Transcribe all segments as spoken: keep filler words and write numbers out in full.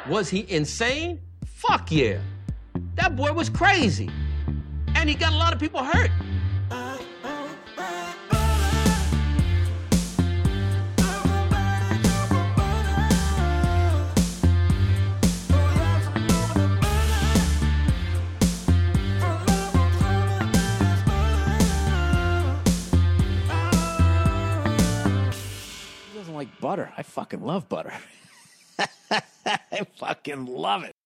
Was he insane? Fuck yeah. That boy was crazy. And he got a lot of people hurt. Like butter. I fucking love butter. I fucking love it.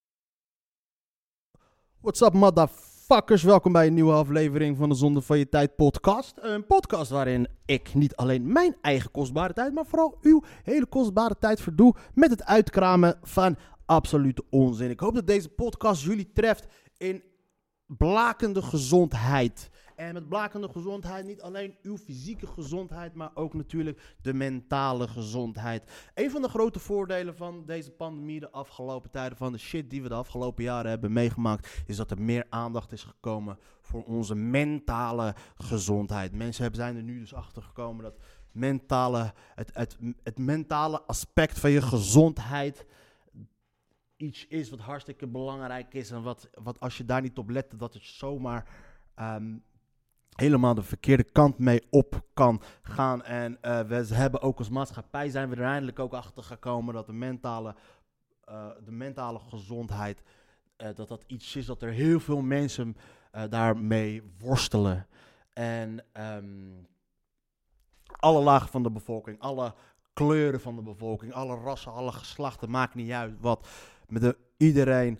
What's up, motherfuckers? Welkom bij een nieuwe aflevering van de Zonde van je Tijd podcast. Een podcast waarin ik niet alleen mijn eigen kostbare tijd, maar vooral uw hele kostbare tijd verdoe met het uitkramen van absolute onzin. Ik hoop dat deze podcast jullie treft in blakende gezondheid. En met blakende gezondheid niet alleen uw fysieke gezondheid, maar ook natuurlijk de mentale gezondheid. Een van de grote voordelen van deze pandemie de afgelopen tijden, van de shit die we de afgelopen jaren hebben meegemaakt, is dat er meer aandacht is gekomen voor onze mentale gezondheid. Mensen hebben, zijn er nu dus achter gekomen dat mentale, het, het, het mentale aspect van je gezondheid iets is wat hartstikke belangrijk is. En wat, wat als je daar niet op let, dat het zomaar Um, helemaal de verkeerde kant mee op kan gaan. En uh, we hebben ook als maatschappij zijn we er eindelijk ook achter gekomen dat de mentale, uh, de mentale gezondheid, uh, dat dat iets is dat er heel veel mensen uh, daarmee worstelen. En um, alle lagen van de bevolking, alle kleuren van de bevolking, alle rassen, alle geslachten, maakt niet uit wat. Met de, iedereen,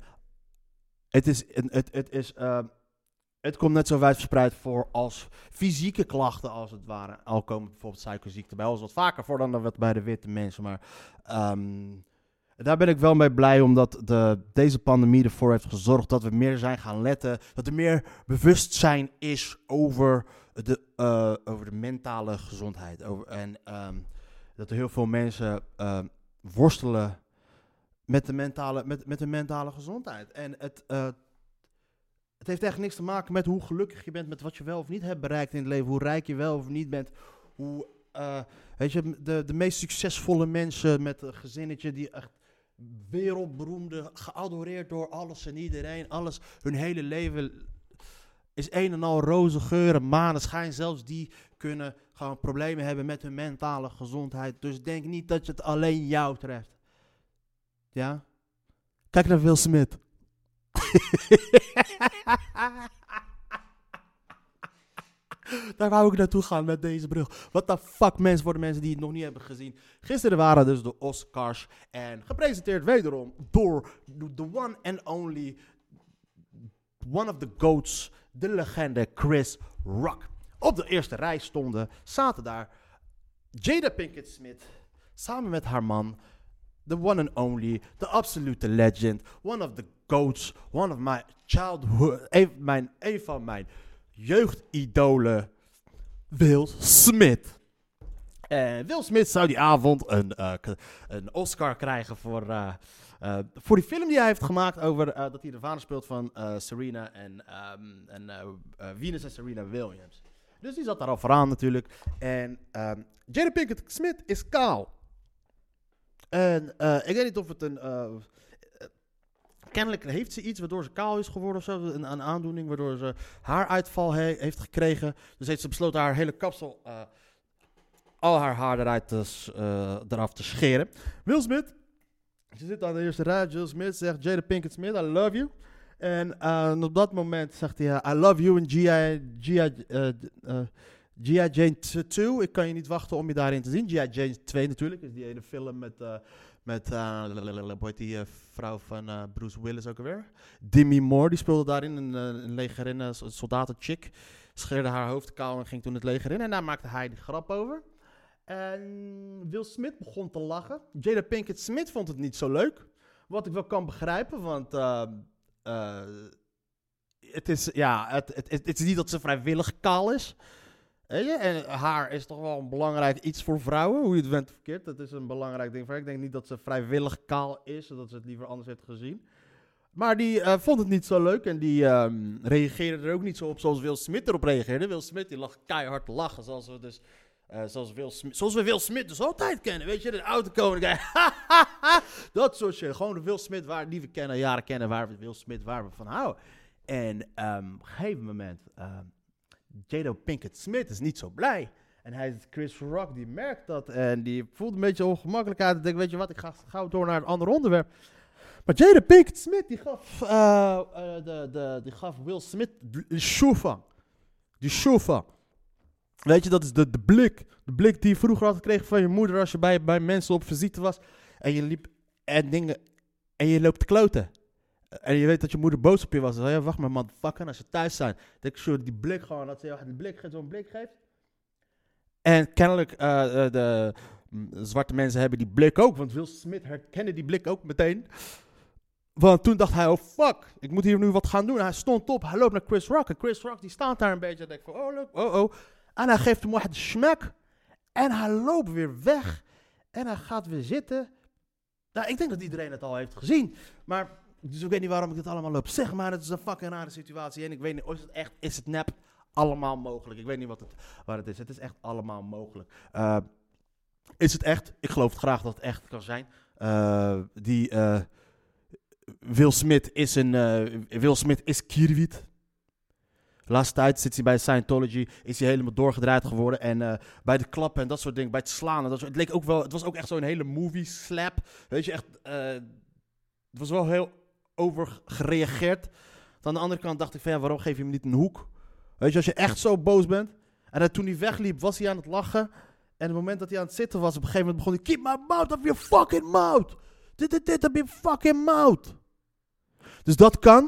het is, het, het is uh, Het komt net zo wijdverspreid voor als fysieke klachten, als het ware. Al komen bijvoorbeeld suikerziekte bij ons wat vaker voor dan wat bij de witte mensen. Maar um, daar ben ik wel mee blij, omdat de, deze pandemie ervoor heeft gezorgd dat we meer zijn gaan letten. Dat er meer bewustzijn is over de, uh, over de mentale gezondheid. Over, en um, dat er heel veel mensen uh, worstelen met de mentale, met, met de mentale gezondheid. En het... Uh, Het heeft echt niks te maken met hoe gelukkig je bent met wat je wel of niet hebt bereikt in het leven. Hoe rijk je wel of niet bent. Hoe, uh, weet je, de, de meest succesvolle mensen met een gezinnetje die echt wereldberoemde, geadoreerd door alles en iedereen. Alles, hun hele leven is een en al roze geuren, maneschijn. Zelfs die kunnen gewoon problemen hebben met hun mentale gezondheid. Dus denk niet dat het alleen jou treft. Ja? Kijk naar Will Smith. Daar wou ik naartoe gaan met deze brug. What the fuck, mensen, voor de mensen die het nog niet hebben gezien. Gisteren waren dus de Oscars. En gepresenteerd wederom door the one and only, one of the GOATs, de legende Chris Rock. Op de eerste rij stonden, zaten daar Jada Pinkett Smith samen met haar man, the one and only, the absolute legend, one of the GOATs, one of my childhood, een, mijn, een van mijn jeugdidolen, Will Smith. En Will Smith zou die avond een, uh, een Oscar krijgen voor, uh, uh, voor die film die hij heeft gemaakt over uh, dat hij de vader speelt van uh, Serena en, um, en uh, uh, Venus en Serena Williams. Dus die zat daar al vooraan natuurlijk. En um, Jada Pinkett Smith is kaal. En uh, ik weet niet of het een... Uh, kennelijk heeft ze iets waardoor ze kaal is geworden of zo. Een, een aandoening waardoor ze haaruitval he- heeft gekregen. Dus heeft ze besloten haar hele kapsel, uh, al haar haar eruit te, uh, eraf te scheren. Will Smith, ze zit aan de eerste rij. Will Smith zegt, Jada Pinkett Smith, I love you. En uh, op dat moment zegt hij, uh, I love you in G I Jane twee. Ik kan je niet wachten om je daarin te zien. G I Jane twee natuurlijk, is die ene film met... Uh, Met, uh, hoe heet die uh, vrouw van uh, Bruce Willis ook alweer? Demi Moore, die speelde daarin een, een legerin, een soldatenchick. Scheerde haar hoofd kaal en ging toen het leger in. En daar maakte hij die grap over. En Will Smith begon te lachen. Jada Pinkett Smith vond het niet zo leuk. Wat ik wel kan begrijpen, want... Uh, uh, het, is, ja, het, het, het, het is niet dat ze vrijwillig kaal is. Weet je? En haar is toch wel een belangrijk iets voor vrouwen, hoe je het bent verkeerd. Dat is een belangrijk ding voor haar. Ik denk niet dat ze vrijwillig kaal is, zodat ze het liever anders heeft gezien. Maar die uh, vond het niet zo leuk en die um, reageerde er ook niet zo op zoals Will Smith erop reageerde. Will Smith die lag keihard te lachen, zoals we dus Uh, zoals, Will Smith, zoals we Will Smith dus altijd kennen. Weet je, de autokoning. Dat soort shit. Gewoon de Will Smith waar, die we kennen, jaren kennen. Waar we Will Smith, waar we van houden. En um, op een gegeven moment... Um, Jada Pinkett Smith is niet zo blij. En hij, Chris Rock, die merkt dat. En die voelt een beetje ongemakkelijkheid. En denkt, weet je wat, ik ga gauw door naar het andere onderwerp. Maar Jada Pinkett Smith, die gaf, uh, uh, de, de, die gaf Will Smith de shofang. Die shofang. Weet je, dat is de, de blik. De blik die je vroeger altijd kreeg van je moeder als je bij, bij mensen op visite was. En je liep en dingen. En je loopt te kloten. En je weet dat je moeder boos op je was. Dan zei je, wacht maar man, fuck, als ze thuis zijn. denk ik zo die blik gewoon, dat ze jou die blik, zo'n blik geeft. En kennelijk, uh, de, de mm, zwarte mensen hebben die blik ook. Want Will Smith herkende die blik ook meteen. Want toen dacht hij, oh fuck, ik moet hier nu wat gaan doen. En hij stond op, hij loopt naar Chris Rock. En Chris Rock die staat daar een beetje en denkt van, oh look, oh oh. En hij geeft hem een smack. En hij loopt weer weg. En hij gaat weer zitten. Nou, ik denk dat iedereen het al heeft gezien. Maar, dus ik weet niet waarom ik dit allemaal loop zeg. Maar het is een fucking rare situatie. En ik weet niet, is het echt, is het nep? Allemaal mogelijk. Ik weet niet wat het, waar het is. Het is echt allemaal mogelijk. Uh, is het echt? Ik geloof het graag dat het echt kan zijn. Uh, die uh, Will Smith is een uh, Will Smith is kierwiet. De laatste tijd zit hij bij Scientology, is hij helemaal doorgedraaid geworden. En uh, bij de klappen en dat soort dingen, bij het slaan. En dat soort, het, leek ook wel, het was ook echt zo'n hele movie slap. Weet je, echt, uh, het was wel heel over gereageerd. Aan de andere kant dacht ik van, ja, waarom geef je hem niet een hoek? Weet je, als je echt zo boos bent. En dan, toen hij wegliep, was hij aan het lachen. En op het moment dat hij aan het zitten was, op een gegeven moment begon hij... Keep my mouth off your fucking mouth. Dit, dit, dit, op je fucking mouth. Dus dat kan.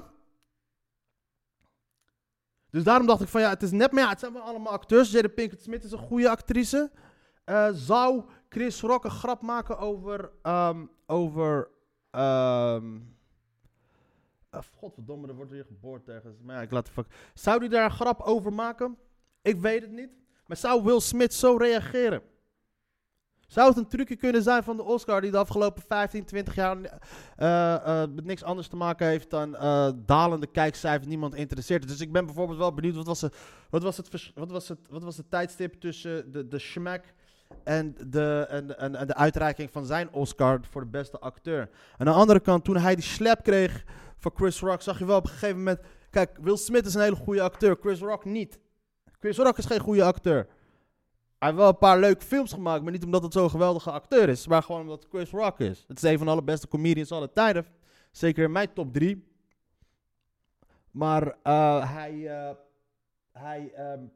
Dus daarom dacht ik van, ja, het is net... Maar ja, het zijn wel allemaal acteurs. Jada Pinkett Smith is een goede actrice. Uh, zou Chris Rock een grap maken over... Um, over... Um, Uh, godverdomme, er wordt weer geboord tegen. Maar ja, ik laat de fuck. Zou die daar een grap over maken? Ik weet het niet. Maar zou Will Smith zo reageren? Zou het een trucje kunnen zijn van de Oscar die de afgelopen vijftien, twintig jaar uh, uh, met niks anders te maken heeft dan uh, dalende kijkcijfers, niemand interesseert. Dus ik ben bijvoorbeeld wel benieuwd, wat was, het, wat was, het, wat was, het, wat was het tijdstip tussen de, de schmack en de, en, en, en de uitreiking van zijn Oscar voor de beste acteur. Aan de andere kant, toen hij die slap kreeg van Chris Rock, zag je wel op een gegeven moment... Kijk, Will Smith is een hele goede acteur, Chris Rock niet. Chris Rock is geen goede acteur. Hij heeft wel een paar leuke films gemaakt, maar niet omdat het zo'n geweldige acteur is, maar gewoon omdat het Chris Rock is. Het is een van de allerbeste comedians aller tijden. Zeker in mijn top drie. Maar uh, hij... Uh, hij... Um,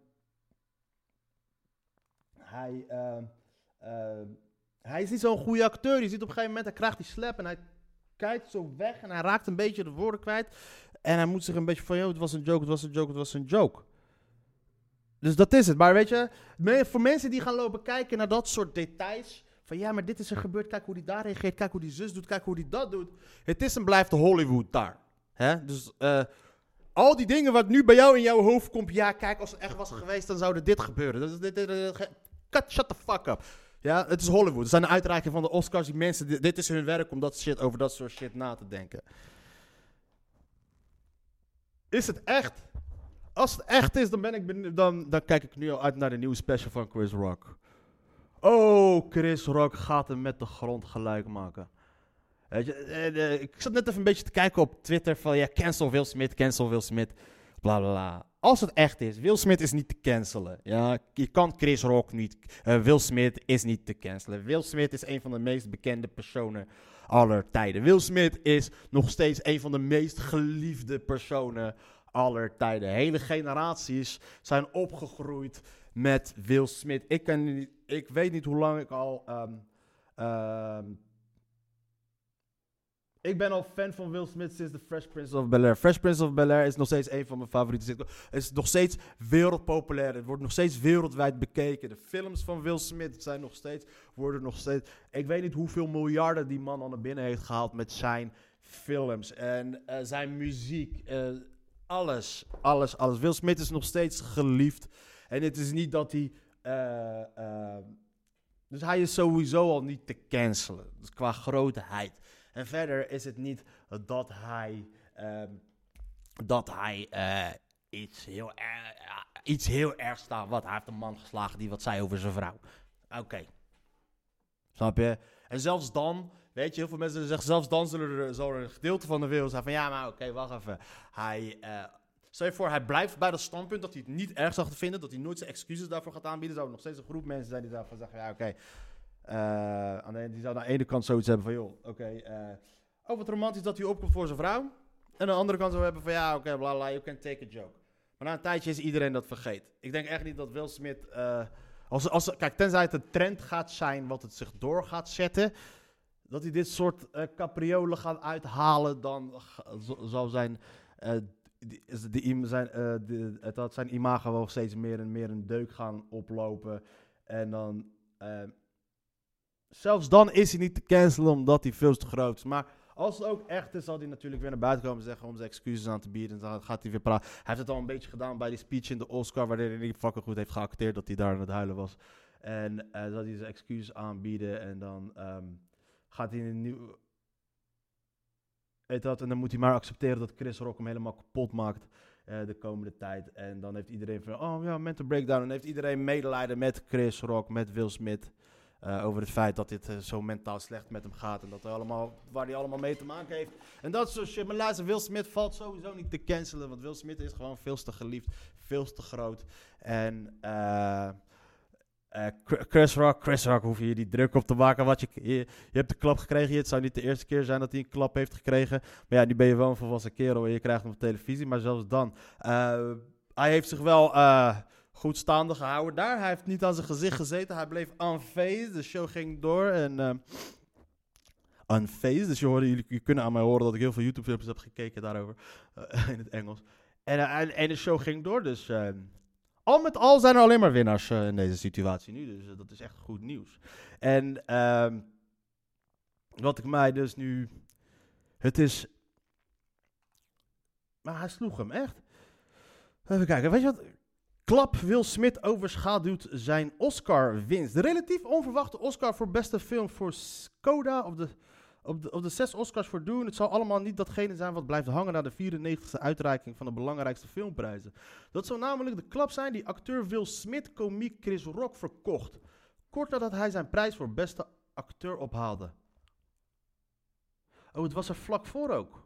hij... Uh, uh, hij is niet zo'n goede acteur. Je ziet op een gegeven moment, hij krijgt die slap en hij... kijkt zo weg en hij raakt een beetje de woorden kwijt. En hij moet zich een beetje van, joh, het was een joke, het was een joke, het was een joke. Dus dat is het. Maar weet je, voor mensen die gaan lopen kijken naar dat soort details, van ja, maar dit is er gebeurd, kijk hoe die daar reageert, kijk hoe die zus doet, kijk hoe die dat doet. Het is en blijft de Hollywood daar. Hè? Dus uh, al die dingen wat nu bij jou in jouw hoofd komt, ja, kijk, als het echt was geweest, dan zou er dit gebeuren. Dus dit, dit, dit, dit, cut, shut the fuck up. Ja, het is Hollywood. Het zijn de uitreikingen van de Oscars. Die mensen, dit, dit is hun werk om dat shit, over dat soort shit na te denken. Is het echt? Als het echt is, dan, ben ik benieuwd, dan, dan kijk ik nu al uit naar de nieuwe special van Chris Rock. Oh, Chris Rock gaat hem met de grond gelijk maken. Weet je, eh, eh, ik zat net even een beetje te kijken op Twitter van, ja, cancel Will Smith, cancel Will Smith, bla bla bla. Als het echt is, Will Smith is niet te cancelen. Ja, je kan Chris Rock niet, uh, Will Smith is niet te cancelen. Will Smith is een van de meest bekende personen aller tijden. Will Smith is nog steeds een van de meest geliefde personen aller tijden. Hele generaties zijn opgegroeid met Will Smith. Ik, kan, ik weet niet hoe lang ik al... Um, um, Ik ben al fan van Will Smith sinds The Fresh Prince of Bel-Air. Fresh Prince of Bel-Air is nog steeds een van mijn favoriete sitcoms. Het is nog steeds wereldpopulair. Het wordt nog steeds wereldwijd bekeken. De films van Will Smith zijn nog steeds, worden nog steeds... Ik weet niet hoeveel miljarden die man al naar binnen heeft gehaald met zijn films. En uh, zijn muziek. Uh, alles, alles, alles. Will Smith is nog steeds geliefd. En het is niet dat hij... Uh, uh, dus hij is sowieso al niet te cancelen. Dus qua grootheid. En verder is het niet dat hij, um, dat hij uh, iets heel uh, iets heel ergs staan. Wat? Hij heeft een man geslagen die wat zei over zijn vrouw. Oké. Okay. Snap je? En zelfs dan, weet je, heel veel mensen zeggen, zelfs dan zullen er, zal er een gedeelte van de wereld zijn van, ja, maar oké, okay, wacht even. Hij, uh, stel je voor, hij blijft bij dat standpunt dat hij het niet erg zou vinden, dat hij nooit zijn excuses daarvoor gaat aanbieden. Zou er nog steeds een groep mensen zijn die daarvan zeggen, ja, oké. Okay. Uh, die zou aan de ene kant zoiets hebben van, joh, oké, okay, uh, oh, wat romantisch dat hij opkomt voor zijn vrouw. En aan de andere kant zou hebben van, ja, oké, okay, bla bla, you can take a joke. Maar na een tijdje is iedereen dat vergeet. Ik denk echt niet dat Will Smith... Uh, als, als, kijk, tenzij het een trend gaat zijn wat het zich door gaat zetten... dat hij dit soort uh, capriolen gaat uithalen... dan uh, zal zijn, uh, die, die, zijn, uh, die, het had zijn imago wel steeds meer en meer een deuk gaan oplopen. En dan... Uh, zelfs dan is hij niet te cancelen omdat hij veel te groot is. Maar... als het ook echt is, zal hij natuurlijk weer naar buiten komen zeggen om zijn excuses aan te bieden. En dan gaat hij weer praten. Hij heeft het al een beetje gedaan bij die speech in de Oscar, waarin hij niet fucking goed heeft geacteerd dat hij daar aan het huilen was. En uh, zal hij zijn excuses aanbieden en dan um, gaat hij in een nieuw... Weet dat, en dan moet hij maar accepteren dat Chris Rock hem helemaal kapot maakt uh, de komende tijd. En dan heeft iedereen van, oh ja, mental breakdown. En dan heeft iedereen medelijden met Chris Rock, met Will Smith. Uh, over het feit dat dit uh, zo mentaal slecht met hem gaat. En dat hij allemaal, waar hij allemaal mee te maken heeft. En dat soort shit. Maar luister, Will Smith valt sowieso niet te cancelen. Want Will Smith is gewoon veel te geliefd. Veel te groot. En uh, uh, Chris Rock, Chris Rock hoef je hier die druk op te maken. Wat je, je, je hebt de klap gekregen. Het zou niet de eerste keer zijn dat hij een klap heeft gekregen. Maar ja, nu ben je wel een volwassen kerel. En je krijgt hem op televisie. Maar zelfs dan. Uh, hij heeft zich wel... Uh, goed staande gehouden daar. Hij heeft niet aan zijn gezicht gezeten. Hij bleef unfazed. De show ging door. En uh, unfazed. Dus je, hoorde, jullie, jullie kunnen aan mij horen dat ik heel veel YouTube-filmpjes heb gekeken daarover. Uh, in het Engels. En, uh, en de show ging door. Dus uh, al met al zijn er alleen maar winnaars uh, in deze situatie nu. Dus uh, dat is echt goed nieuws. En uh, wat ik mij dus nu... Het is... Maar hij sloeg hem echt. Even kijken. Weet je wat... Klap Will Smith overschaduwt zijn Oscar-winst. De relatief onverwachte Oscar voor beste film voor Coda op de, op, de, op de zes Oscars voor Dune. Het zal allemaal niet datgene zijn wat blijft hangen na de vierennegentigste uitreiking van de belangrijkste filmprijzen. Dat zou namelijk de klap zijn die acteur Will Smith komiek Chris Rock verkocht. Kort nadat hij zijn prijs voor beste acteur ophaalde. Oh, het was er vlak voor ook.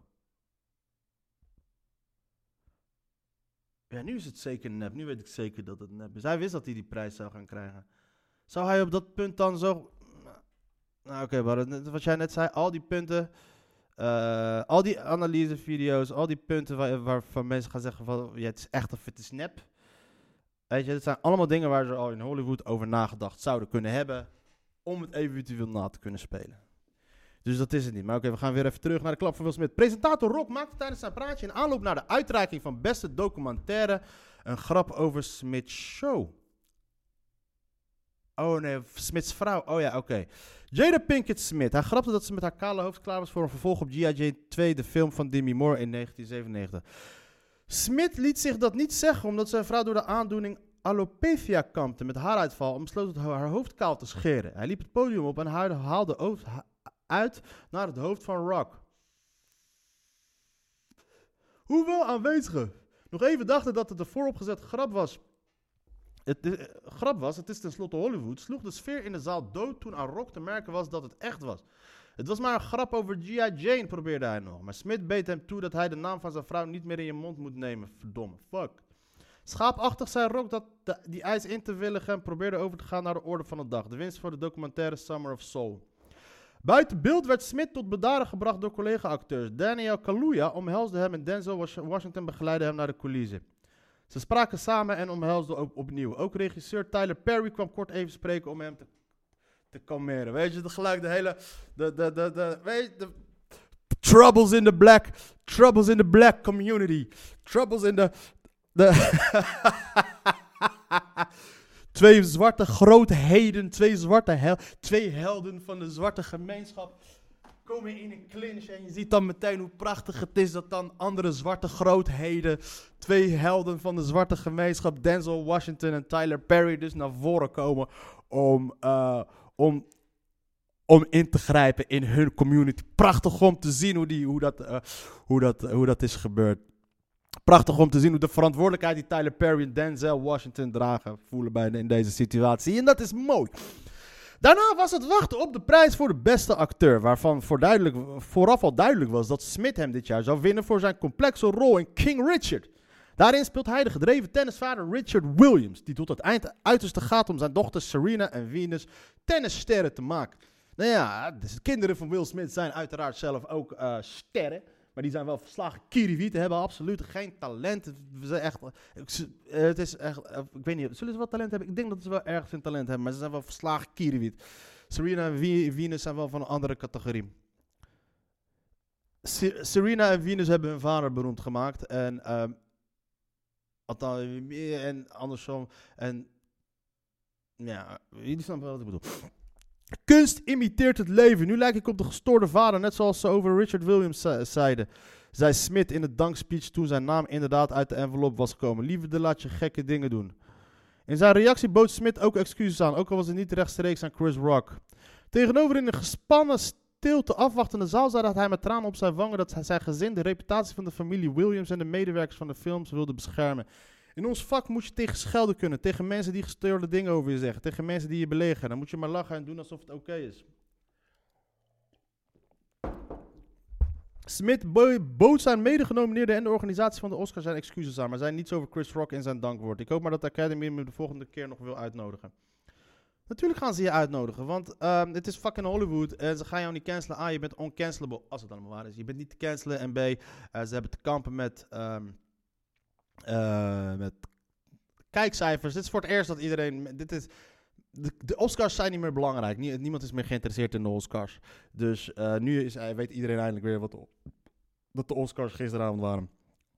Ja, nu is het zeker nep. Nu weet ik zeker dat het nep is. Hij wist dat hij die prijs zou gaan krijgen. Zou hij op dat punt dan zo... Nou, oké, okay, maar wat jij net zei, al die punten... Uh, al die analysevideo's, al die punten waar, waarvan mensen gaan zeggen van... Ja, het is echt of het is nep. Weet je, het zijn allemaal dingen waar ze al in Hollywood over nagedacht zouden kunnen hebben... om het eventueel na te kunnen spelen. Dus dat is het niet. Maar oké, okay, we gaan weer even terug naar de klap van Will Smith. Presentator Rock maakte tijdens zijn praatje in aanloop naar de uitreiking van beste documentaire een grap over Smith's show. Oh nee, Smith's vrouw. Oh ja, oké. Okay. Jada Pinkett Smith. Hij grapte dat ze met haar kale hoofd klaar was voor een vervolg op G I. Jane twee, de film van Demi Moore in negentien zevenennegentig. Smith liet zich dat niet zeggen omdat zijn vrouw door de aandoening alopecia kampte met haaruitval en besloot haar hoofd kaal te scheren. Hij liep het podium op en haalde hoofd uit naar het hoofd van Rock. Hoewel aanwezigen nog even dachten dat het een vooropgezet grap was. Het uh, grap was, het is tenslotte Hollywood, sloeg de sfeer in de zaal dood toen aan Rock te merken was dat het echt was. Het was maar een grap over G I. Jane, probeerde hij nog. Maar Smith beet hem toe dat hij de naam van zijn vrouw niet meer in je mond moet nemen. Verdomme, fuck. Schaapachtig zei Rock dat de, die eis in te willigen en probeerde over te gaan naar de orde van de dag. De winst voor de documentaire Summer of Soul. Buiten beeld werd Smith tot bedaren gebracht door collega-acteurs. Daniel Kaluuya omhelsde hem en Denzel Washington begeleidde hem naar de coulissen. Ze spraken samen en omhelsden op, opnieuw. Ook regisseur Tyler Perry kwam kort even spreken om hem te, te kalmeren. Weet je, de gelijk de hele... De, de, de, de, weet je, de, troubles in the black... Troubles in the black community. Troubles in the... de Twee zwarte grootheden, twee zwarte hel, twee helden van de zwarte gemeenschap komen in een clinch en je ziet dan meteen hoe prachtig het is dat dan andere zwarte grootheden, twee helden van de zwarte gemeenschap, Denzel Washington en Tyler Perry, dus naar voren komen om, uh, om, om in te grijpen in hun community. Prachtig om te zien hoe, die, hoe, dat, uh, hoe, dat, hoe dat is gebeurd. Prachtig om te zien hoe de verantwoordelijkheid die Tyler Perry en Denzel Washington dragen voelen bij in deze situatie. En dat is mooi. Daarna was het wachten op de prijs voor de beste acteur, waarvan voor duidelijk, vooraf al duidelijk was dat Smith hem dit jaar zou winnen voor zijn complexe rol in King Richard. Daarin speelt hij de gedreven tennisvader Richard Williams, die tot het eind uiterste gaat om zijn dochters Serena en Venus tennissterren te maken. Nou ja, de kinderen van Will Smith zijn uiteraard zelf ook uh, sterren. Maar die zijn wel verslagen kiriwieten, hebben absoluut geen talent. We zijn echt, het is echt, ik weet niet, zullen ze wel talent hebben? Ik denk dat ze wel ergens een talent hebben, maar ze zijn wel verslagen kiriwiet. Serena en Venus zijn wel van een andere categorie. Serena en Venus hebben hun vader beroemd gemaakt. En, um, althans, en andersom. En ja, jullie snappen wel wat ik bedoel. Kunst imiteert het leven. Nu lijk ik op de gestoorde vader, net zoals ze over Richard Williams ze- zeiden. Zei Smith in de dankspeech toen zijn naam inderdaad uit de envelop was gekomen. Liefde laat je gekke dingen doen. In zijn reactie bood Smith ook excuses aan, ook al was het niet rechtstreeks aan Chris Rock. Tegenover in een gespannen, stilte afwachtende zaal zei dat hij met tranen op zijn wangen dat zijn gezin de reputatie van de familie Williams en de medewerkers van de films wilde beschermen. In ons vak moet je tegen schelden kunnen, tegen mensen die gestoorde dingen over je zeggen, tegen mensen die je belegen. Dan moet je maar lachen en doen alsof het oké okay is. Smith bo- bood zijn medegenomineerden en de organisatie van de Oscars zijn excuses aan, maar zei niets over Chris Rock in zijn dankwoord. Ik hoop maar dat de Academy me de volgende keer nog wil uitnodigen. Natuurlijk gaan ze je uitnodigen, want um, het is fucking Hollywood en ze gaan jou niet cancelen. A, je bent oncancelable, als het allemaal waar is. Je bent niet te cancelen en B, uh, ze hebben te kampen met... Um, Uh, met kijkcijfers. Dit is voor het eerst dat iedereen... Dit is, de, de Oscars zijn niet meer belangrijk. Nie, niemand is meer geïnteresseerd in de Oscars. Dus uh, nu is, uh, weet iedereen eindelijk weer wat de, dat de Oscars gisteravond waren.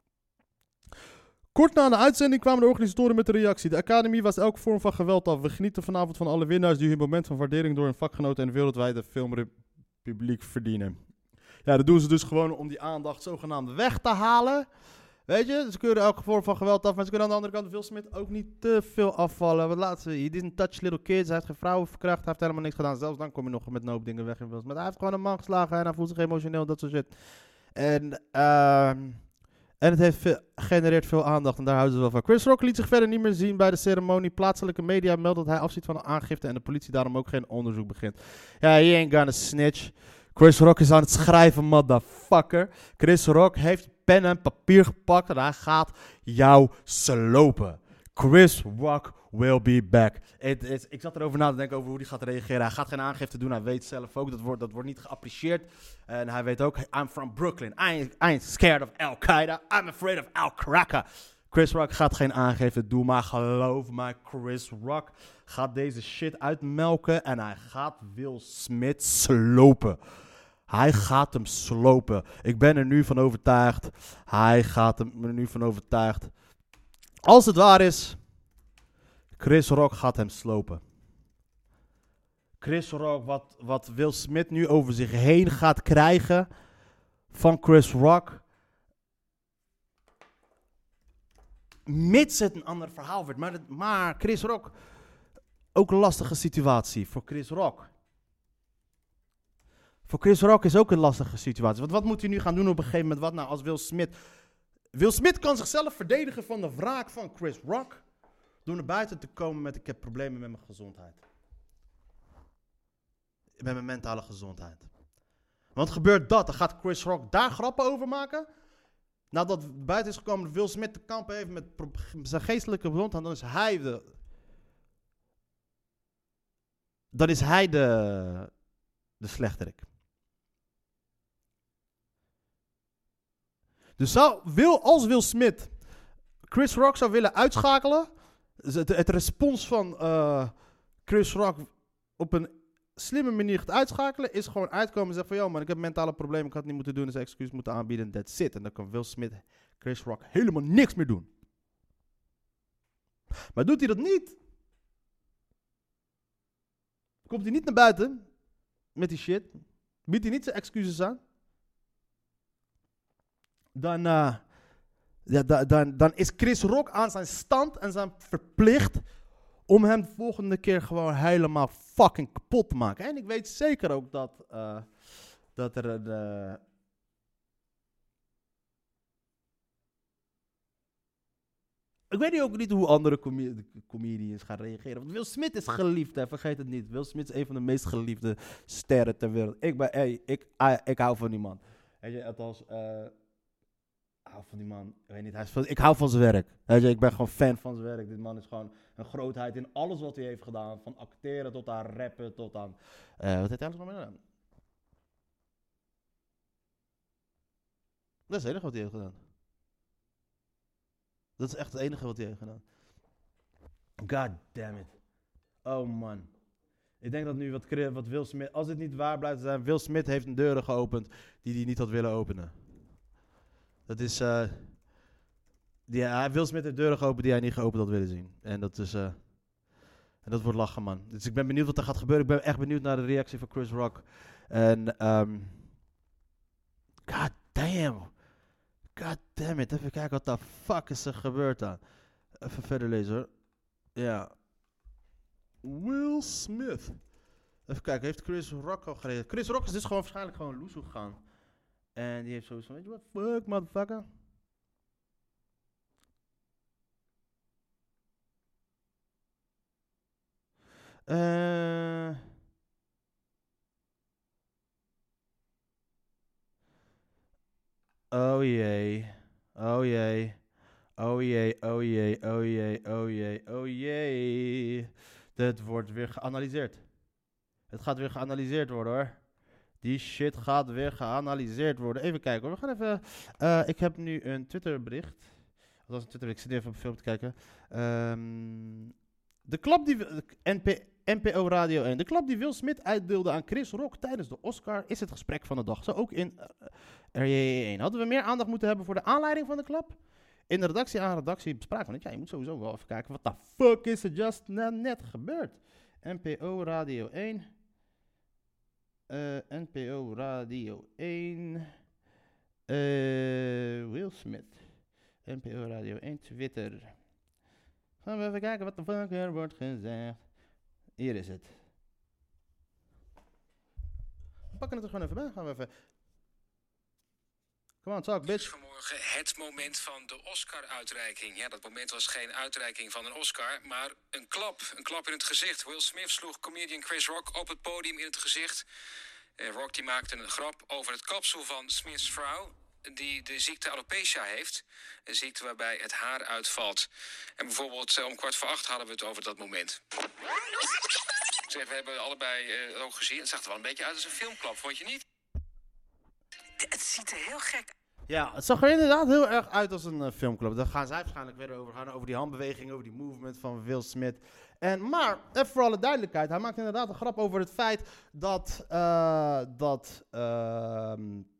Kort na de uitzending kwamen de organisatoren met de reactie. De Academy was elke vorm van geweld af. We genieten vanavond van alle winnaars die hun moment van waardering door hun vakgenoten en wereldwijde filmpubliek verdienen. Ja, dat doen ze dus gewoon om die aandacht zogenaamd weg te halen. Weet je, ze kunnen elke vorm van geweld af, maar ze kunnen aan de andere kant Will Smith ook niet te veel afvallen. Wat laten we, hij is een touch little kid, hij heeft geen vrouwen verkracht, hij heeft helemaal niks gedaan. Zelfs dan kom je nog met een hoop dingen weg in Will Smith. Hij heeft gewoon een man geslagen en hij voelt zich emotioneel, dat soort shit. En, uh, en het heeft veel, genereert veel aandacht en daar houden ze wel van. Chris Rock liet zich verder niet meer zien bij de ceremonie. Plaatselijke media meldt dat hij afziet van een aangifte en de politie daarom ook geen onderzoek begint. Ja, he ain't gonna snitch. Chris Rock is aan het schrijven, motherfucker. Chris Rock heeft pen en papier gepakt en hij gaat jou slopen. Chris Rock will be back. It, it, ik zat erover na te denken over hoe hij gaat reageren. Hij gaat geen aangifte doen. Hij weet zelf ook, dat wordt, dat wordt niet geapprecieerd. En hij weet ook, I'm from Brooklyn. I ain't, I ain't scared of Al-Qaeda. I'm afraid of Al-Qaeda. Chris Rock gaat geen aangifte doen, maar geloof mij, Chris Rock gaat deze shit uitmelken en hij gaat Will Smith slopen. Hij gaat hem slopen. Ik ben er nu van overtuigd. Hij gaat hem er nu van overtuigd. Als het waar is, Chris Rock gaat hem slopen. Chris Rock, wat, wat Will Smith nu over zich heen gaat krijgen van Chris Rock, mits het een ander verhaal wordt. Maar, maar Chris Rock, ook een lastige situatie voor Chris Rock. Voor Chris Rock is ook een lastige situatie. Want wat moet hij nu gaan doen op een gegeven moment? Wat nou als Will Smith... Will Smith kan zichzelf verdedigen van de wraak van Chris Rock door naar buiten te komen met ik heb problemen met mijn gezondheid. Met mijn mentale gezondheid. Want gebeurt dat, dan gaat Chris Rock daar grappen over maken. Nadat buiten is gekomen dat Will Smith te kampen heeft met pro- zijn geestelijke gezondheid, dan is hij de... Dan is hij de... De slechterik. Dus zou, wil, als Will Smith Chris Rock zou willen uitschakelen, het, het respons van uh, Chris Rock op een slimme manier gaat uitschakelen, is gewoon uitkomen en zeggen van, yo man, ik heb mentale problemen, ik had het niet moeten doen, dus excuus moeten aanbieden en that's it. En dan kan Will Smith Chris Rock helemaal niks meer doen. Maar doet hij dat niet, komt hij niet naar buiten met die shit, biedt hij niet zijn excuses aan, dan, uh, ja, da, dan, dan is Chris Rock aan zijn stand en zijn verplicht om hem de volgende keer gewoon helemaal fucking kapot te maken. En ik weet zeker ook dat, uh, dat er een... Uh, ik weet ook niet hoe andere com- comedians gaan reageren. Want Will Smith is geliefd, hè. Vergeet het niet. Will Smith is een van de meest geliefde sterren ter wereld. Ik ben, hey, ik, ah, ik hou van die man. Weet je, althans, uh, ik hou van die man. Ik weet niet, hij is van, ik hou van zijn werk. Weet je, ik ben gewoon fan van zijn werk. Dit man is gewoon een grootheid in alles wat hij heeft gedaan. Van acteren tot aan rappen, tot aan... Uh, wat heeft hij alles nog meer gedaan? Dat is het enige wat hij heeft gedaan. Dat is echt het enige wat hij heeft gedaan. God damn it. Oh man. Ik denk dat nu wat, wat Will Smith... Als dit niet waar blijft zijn... Will Smith heeft een deuren geopend die hij niet had willen openen. Dat is... Uh, die, uh, Will Smith heeft deuren geopend die hij niet geopend had willen zien. En dat is... Uh, en dat wordt lachen, man. Dus ik ben benieuwd wat er gaat gebeuren. Ik ben echt benieuwd naar de reactie van Chris Rock. En... Um, God damn. God damn it. Even kijken wat de fuck is er gebeurd dan. Even verder lezen hoor. Ja. Will Smith. Even kijken, heeft Chris Rock al gereageerd? Chris Rock is dus gewoon waarschijnlijk gewoon loesoe gegaan. En die heeft sowieso van, weet je wat, fuck motherfucker. Eh... Uh, Oh jee. Oh jee. Oh jee, oh jee, oh jee, oh jee, oh jee. Dit wordt weer geanalyseerd. Het gaat weer geanalyseerd worden hoor. Die shit gaat weer geanalyseerd worden. Even kijken hoor. We gaan even... Uh, ik heb nu een Twitter bericht. Dat was een Twitter bericht. Ik zit even op een film te kijken. Um, de klap die... N P, N P O Radio één. De klap die Will Smith uitdeelde aan Chris Rock tijdens de Oscar is het gesprek van de dag. Zo ook in uh, R J één. Hadden we meer aandacht moeten hebben voor de aanleiding van de klap? In de redactie aan redactie bespraken van het. Ja, je moet sowieso wel even kijken. Wat de fuck is er just net, net gebeurd? N P O Radio één. Uh, N P O Radio één. Uh, Will Smith. N P O Radio één Twitter. Gaan we even kijken wat de fuck er wordt gezegd. Hier is het. We pakken het er gewoon even bij. Gaan we even... Come on, talk, bitch. Vanmorgen het moment van de Oscar-uitreiking. Ja, dat moment was geen uitreiking van een Oscar, maar een klap. Een klap in het gezicht. Will Smith sloeg comedian Chris Rock op het podium in het gezicht. Uh, Rock die maakte een grap over het kapsel van Smiths vrouw, die de ziekte alopecia heeft. Een ziekte waarbij het haar uitvalt. En bijvoorbeeld om kwart voor acht hadden we het over dat moment. Ik zeg, we hebben allebei uh, ook gezien. Het zag er wel een beetje uit als een filmklap, vond je niet? Het ziet er heel gek uit. Ja, het zag er inderdaad heel erg uit als een uh, filmclub. Daar gaan zij waarschijnlijk weer over gaan. Over die handbeweging, over die movement van Will Smith. En, maar, even voor alle duidelijkheid. Hij maakt inderdaad een grap over het feit dat... Uh, dat uh,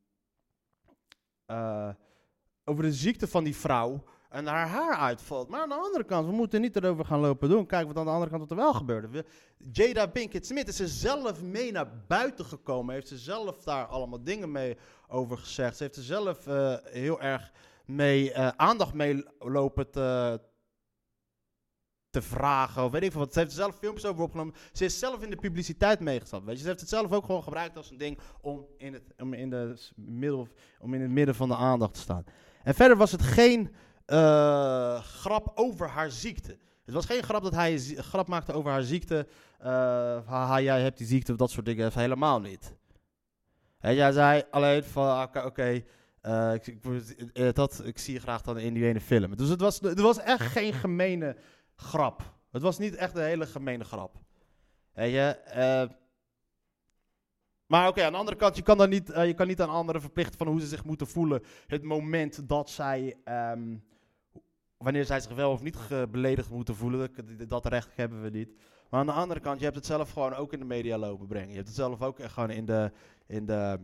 uh, over de ziekte van die vrouw. En haar haar uitvalt. Maar aan de andere kant, we moeten niet erover gaan lopen doen. Kijk wat aan de andere kant wat er wel gebeurde. Jada Pinkett Smith is er zelf mee naar buiten gekomen. Heeft ze zelf daar allemaal dingen mee over gezegd. Ze heeft er zelf uh, heel erg mee uh, aandacht mee lopen te, te vragen. Of weet ik veel wat. Ze heeft er zelf filmpjes over opgenomen. Ze is zelf in de publiciteit meegestapt. Weet je. Ze heeft het zelf ook gewoon gebruikt als een ding om in het, om in de middel, om in het midden van de aandacht te staan. En verder was het geen... Uh, grap over haar ziekte. Het was geen grap dat hij een zie- grap maakte over haar ziekte. Uh, haha, jij hebt die ziekte of dat soort dingen. Helemaal niet. En jij zei alleen van, oké, okay, uh, ik, ik, uh, dat, ik zie je graag dan in die ene film. Dus het was, het was echt geen gemene grap. Het was niet echt een hele gemene grap. Weet je, uh, maar oké, okay, aan de andere kant, je kan, dan niet, uh, je kan niet aan anderen verplichten van hoe ze zich moeten voelen. Het moment dat zij... Um, Wanneer zij zich wel of niet ge- beledigd moeten voelen, dat, dat recht hebben we niet. Maar aan de andere kant, je hebt het zelf gewoon ook in de media lopen brengen. Je hebt het zelf ook echt gewoon in de... In de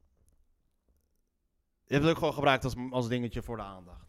je hebt het ook gewoon gebruikt als, als dingetje voor de aandacht.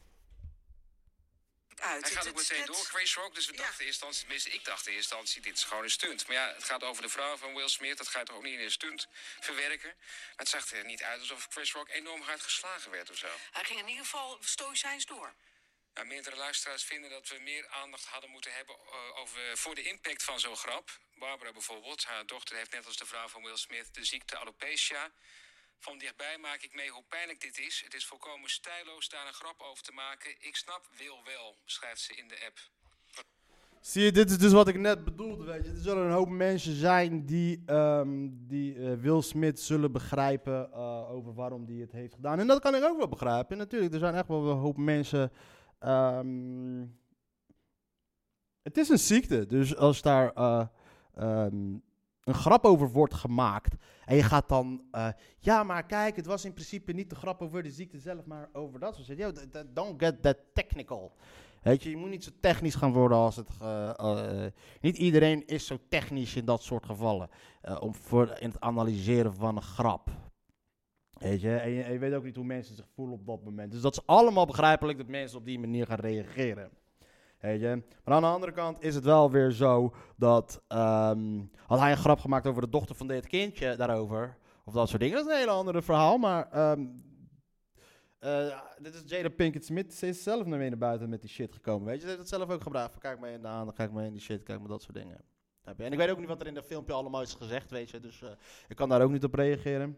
Hij gaat ook meteen door, Chris Rock. Dus we Ja. dachten in eerste instantie, tenminste ik dacht in eerste instantie, dit is gewoon een stunt. Maar ja, het gaat over de vrouw van Will Smith. Dat ga je toch ook niet in een stunt verwerken. Maar het zag er niet uit alsof Chris Rock enorm hard geslagen werd of zo. Hij ging in ieder geval stoïcijns door. Nou, meerdere luisteraars vinden dat we meer aandacht hadden moeten hebben uh, over, voor de impact van zo'n grap. Barbara bijvoorbeeld, haar dochter heeft net als de vrouw van Will Smith de ziekte alopecia. Van dichtbij maak ik mee hoe pijnlijk dit is. Het is volkomen stijloos daar een grap over te maken. Ik snap Wil wel, schrijft ze in de app. Zie je, dit is dus wat ik net bedoelde, weet je. Er zullen een hoop mensen zijn die, um, die uh, Will Smith zullen begrijpen uh, over waarom hij het heeft gedaan. En dat kan ik ook wel begrijpen. Natuurlijk, er zijn echt wel een hoop mensen... Um, het is een ziekte, dus als daar uh, um, een grap over wordt gemaakt... en je gaat dan... Uh, ja, maar kijk, het was in principe niet de grap over de ziekte zelf, maar over dat soort dingen. Yo, th- th- don't get that technical. Weet je, je moet niet zo technisch gaan worden als het... Uh, uh, niet iedereen is zo technisch in dat soort gevallen. Uh, om voor in het analyseren van een grap. Weet je, en je, en je weet ook niet hoe mensen zich voelen op dat moment. Dus dat is allemaal begrijpelijk dat mensen op die manier gaan reageren. Weet je. Maar aan de andere kant is het wel weer zo dat... Um, had hij een grap gemaakt over de dochter van dit kindje daarover... of dat soort dingen, dat is een hele andere verhaal, maar... Um, Uh, dit is Jada Pinkett Smith. Ze is zelf naar mee naar buiten met die shit gekomen. Weet je, ze heeft het zelf ook gebruikt. Van, kijk maar in de aandacht, kijk maar in die shit, kijk maar dat soort dingen. En ik weet ook niet wat er in dat filmpje allemaal is gezegd, weet je. Dus uh, ik kan daar ook niet op reageren.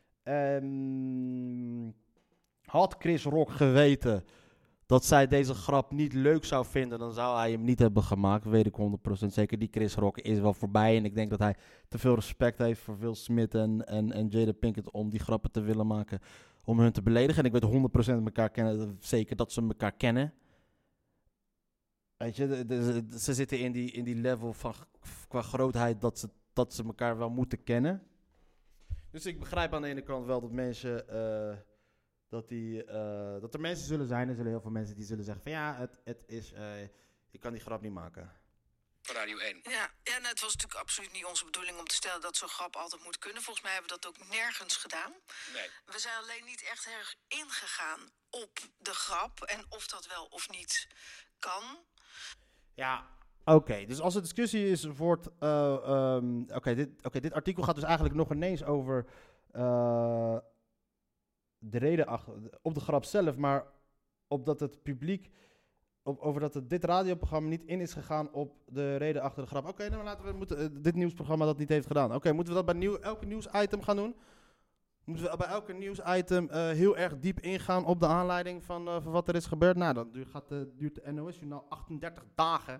Um, had Chris Rock geweten dat zij deze grap niet leuk zou vinden, dan zou hij hem niet hebben gemaakt. Weet ik honderd procent zeker. Die Chris Rock is wel voorbij. En ik denk dat hij te veel respect heeft voor Will Smith en, en, en Jada Pinkett om die grappen te willen maken. Om hun te beledigen. En ik weet honderd procent elkaar kennen, zeker dat ze elkaar kennen. Weet je, de, de, de, ze zitten in die, in die level van qua grootheid dat ze, dat ze elkaar wel moeten kennen. Dus ik begrijp aan de ene kant wel dat mensen... Uh, dat, die, uh, dat er mensen zullen zijn, er zullen heel veel mensen die zullen zeggen van ja, het, het is, uh, ik kan die grap niet maken. Radio één. Ja, ja nou, het was natuurlijk absoluut niet onze bedoeling om te stellen dat zo'n grap altijd moet kunnen. Volgens mij hebben we dat ook nergens gedaan. Nee. We zijn alleen niet echt erg ingegaan op de grap en of dat wel of niet kan. Ja, oké. Okay, dus als de discussie is wordt, uh, um, oké, okay, dit, okay, dit artikel gaat dus eigenlijk nog ineens over uh, de reden achter, op de grap zelf, maar opdat het publiek, op, over dat het, dit radioprogramma niet in is gegaan op de reden achter de grap. Oké, okay, nou laten we moeten, uh, dit nieuwsprogramma dat niet heeft gedaan. Oké, okay, moeten we dat bij nieuw, elke nieuwsitem gaan doen? Moeten we bij elke nieuwsitem uh, heel erg diep ingaan op de aanleiding van, uh, van wat er is gebeurd? Nou, dan duurt, gaat, uh, duurt de N O S-journaal achtendertig dagen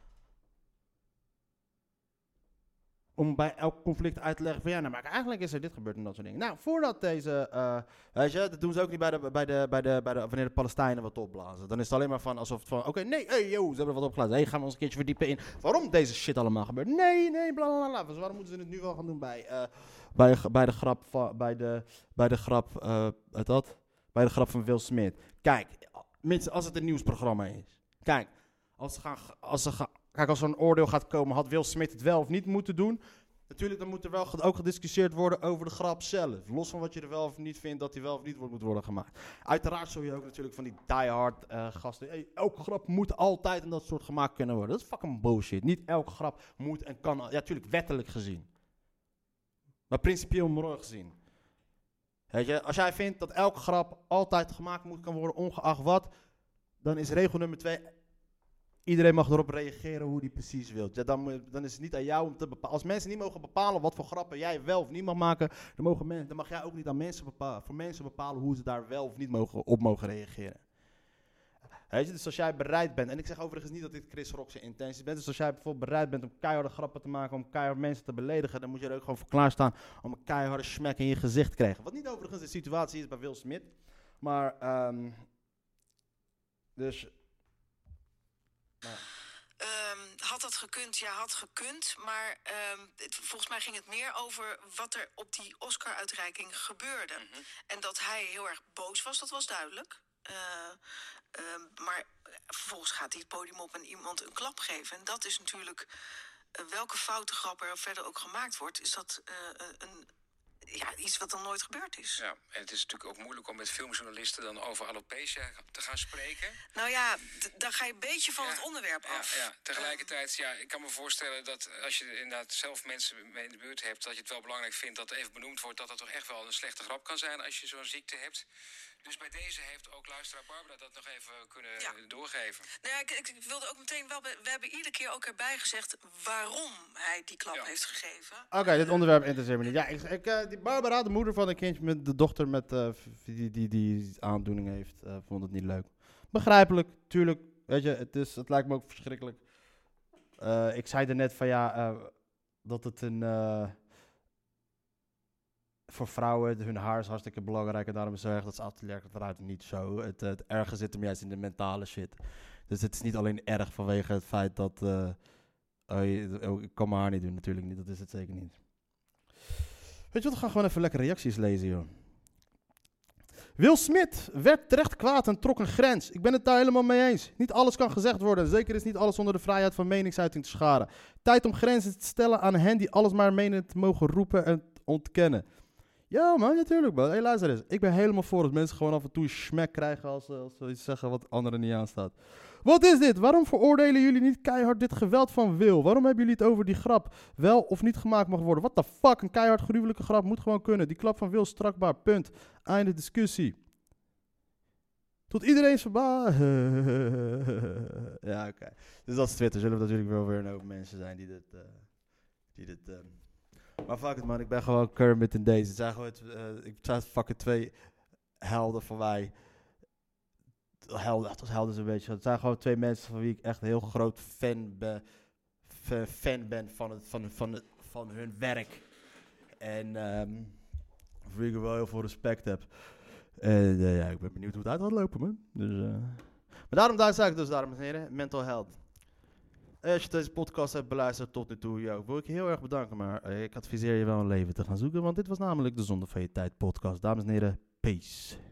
om bij elk conflict uit te leggen van ja, nou, maar eigenlijk is er dit gebeurd en dat soort dingen. Nou, voordat deze, uh, weet je, dat doen ze ook niet bij de, bij de, bij de, bij de, wanneer de Palestijnen wat opblazen. Dan is het alleen maar van alsof het van, oké, okay, nee, hey, yo, ze hebben wat opgeblazen. Hey, gaan we ons een keertje verdiepen in waarom deze shit allemaal gebeurt. Nee, nee, bla, bla, bla. Dus waarom moeten ze het nu wel gaan doen bij, uh, bij, bij de grap van, bij de, bij de grap, uh, het dat? Bij de grap van Will Smith. Kijk, mensen, als het een nieuwsprogramma is. Kijk, als ze gaan, als ze gaan, kijk, als er een oordeel gaat komen, had Will Smith het wel of niet moeten doen? Natuurlijk, dan moet er wel ook gediscussieerd worden over de grap zelf. Los van wat je er wel of niet vindt dat die wel of niet moet worden gemaakt. Uiteraard zul je ook natuurlijk van die diehard uh, gasten... Hey, elke grap moet altijd en dat soort gemaakt kunnen worden. Dat is fucking bullshit. Niet elke grap moet en kan... Ja, natuurlijk wettelijk gezien. Maar principieel moreel gezien. Weet je, als jij vindt dat elke grap altijd gemaakt moet kan worden, ongeacht wat, dan is regel nummer twee... Iedereen mag erop reageren hoe hij precies wil. Ja, dan, dan is het niet aan jou om te bepalen. Als mensen niet mogen bepalen wat voor grappen jij wel of niet mag maken, dan, mogen men, dan mag jij ook niet aan mensen bepalen, voor mensen bepalen hoe ze daar wel of niet mogen, op mogen reageren. Weet je, dus als jij bereid bent, en ik zeg overigens niet dat dit Chris Rock zijn intenties bent, dus als jij bijvoorbeeld bereid bent om keiharde grappen te maken, om keihard mensen te beledigen, dan moet je er ook gewoon voor klaarstaan om een keiharde smack in je gezicht te krijgen. Wat niet overigens de situatie is bij Will Smith, maar, um, dus... Nou. Um, had dat gekund? Ja, had gekund. Maar um, het, volgens mij ging het meer over wat er op die Oscar-uitreiking gebeurde. Mm-hmm. En dat hij heel erg boos was, dat was duidelijk. Uh, uh, maar vervolgens gaat hij het podium op en iemand een klap geven. En dat is natuurlijk, uh, welke foute grap er verder ook gemaakt wordt, is dat uh, een... Ja, iets wat dan nooit gebeurd is. Ja, en het is natuurlijk ook moeilijk om met filmjournalisten dan over alopecia te gaan spreken. Nou ja, d- dan ga je een beetje van ja, het onderwerp af. Ja, ja. Tegelijkertijd, ja, ik kan me voorstellen dat als je inderdaad zelf mensen mee in de buurt hebt, dat je het wel belangrijk vindt dat er even benoemd wordt dat het toch echt wel een slechte grap kan zijn als je zo'n ziekte hebt. Dus bij deze heeft ook luisteraar Barbara dat nog even kunnen Ja. doorgeven. Nou ja, ik, ik wilde ook meteen wel... We hebben iedere keer ook erbij gezegd waarom hij die klap Ja. heeft gegeven. Oké, okay, dit onderwerp interesseert me niet. Ja, ik, ik, uh, die Barbara, de moeder van een kindje met de dochter met uh, die, die, die aandoening heeft, uh, vond het niet leuk. Begrijpelijk, tuurlijk. Weet je, het, is, het lijkt me ook verschrikkelijk. Uh, ik zei er net van ja, uh, dat het een... Uh, voor vrouwen, hun haar is hartstikke belangrijk en daarom is het zo erg dat ze aflekken eruit niet zo. Het, het erge zit hem juist in de mentale shit. Dus het is niet alleen erg vanwege het feit dat... Uh, oh, je, oh, ik kan mijn haar niet doen, natuurlijk niet. Dat is het zeker niet. Weet je wat, we gaan gewoon even lekker reacties lezen, joh. Will Smith werd terecht kwaad en trok een grens. Ik ben het daar helemaal mee eens. Niet alles kan gezegd worden. Zeker is niet alles onder de vrijheid van meningsuiting te scharen. Tijd om grenzen te stellen aan hen die alles maar menen te mogen roepen en ontkennen. Ja man, natuurlijk man. Hé, luister eens. Ik ben helemaal voor dat mensen gewoon af en toe een smack krijgen als, als ze iets zeggen wat anderen niet aanstaat. Wat is dit? Waarom veroordelen jullie niet keihard dit geweld van Will? Waarom hebben jullie het over die grap wel of niet gemaakt mag worden? What the fuck? Een keihard gruwelijke grap moet gewoon kunnen. Die klap van Will strakbaar. Punt. Einde discussie. Tot iedereen verbaal. Ja, oké. Okay. Dus dat is Twitter. Zullen we natuurlijk wel weer een hoop mensen zijn die dit... Uh, die dit uh, Maar fuck it man, ik ben gewoon Kermit in deze. Het zijn gewoon, uh, ik zijn fucking twee helden van mij. Helden, dat was helden zo'n beetje. Het zijn gewoon twee mensen van wie ik echt een heel groot fan ben, f- fan ben van, het, van, van, het, van hun werk. En um, voor wie ik wel heel veel respect heb. En uh, ja, ik ben benieuwd hoe het uit gaat lopen man. Dus, uh, maar daarom daar zei ik dus, dames en heren, mental health. Als je deze podcast hebt beluisterd tot nu toe, yo, wil ik je heel erg bedanken. Maar uh, ik adviseer je wel een leven te gaan zoeken. Want dit was namelijk de Zonde van je Tijd podcast. Dames en heren, peace.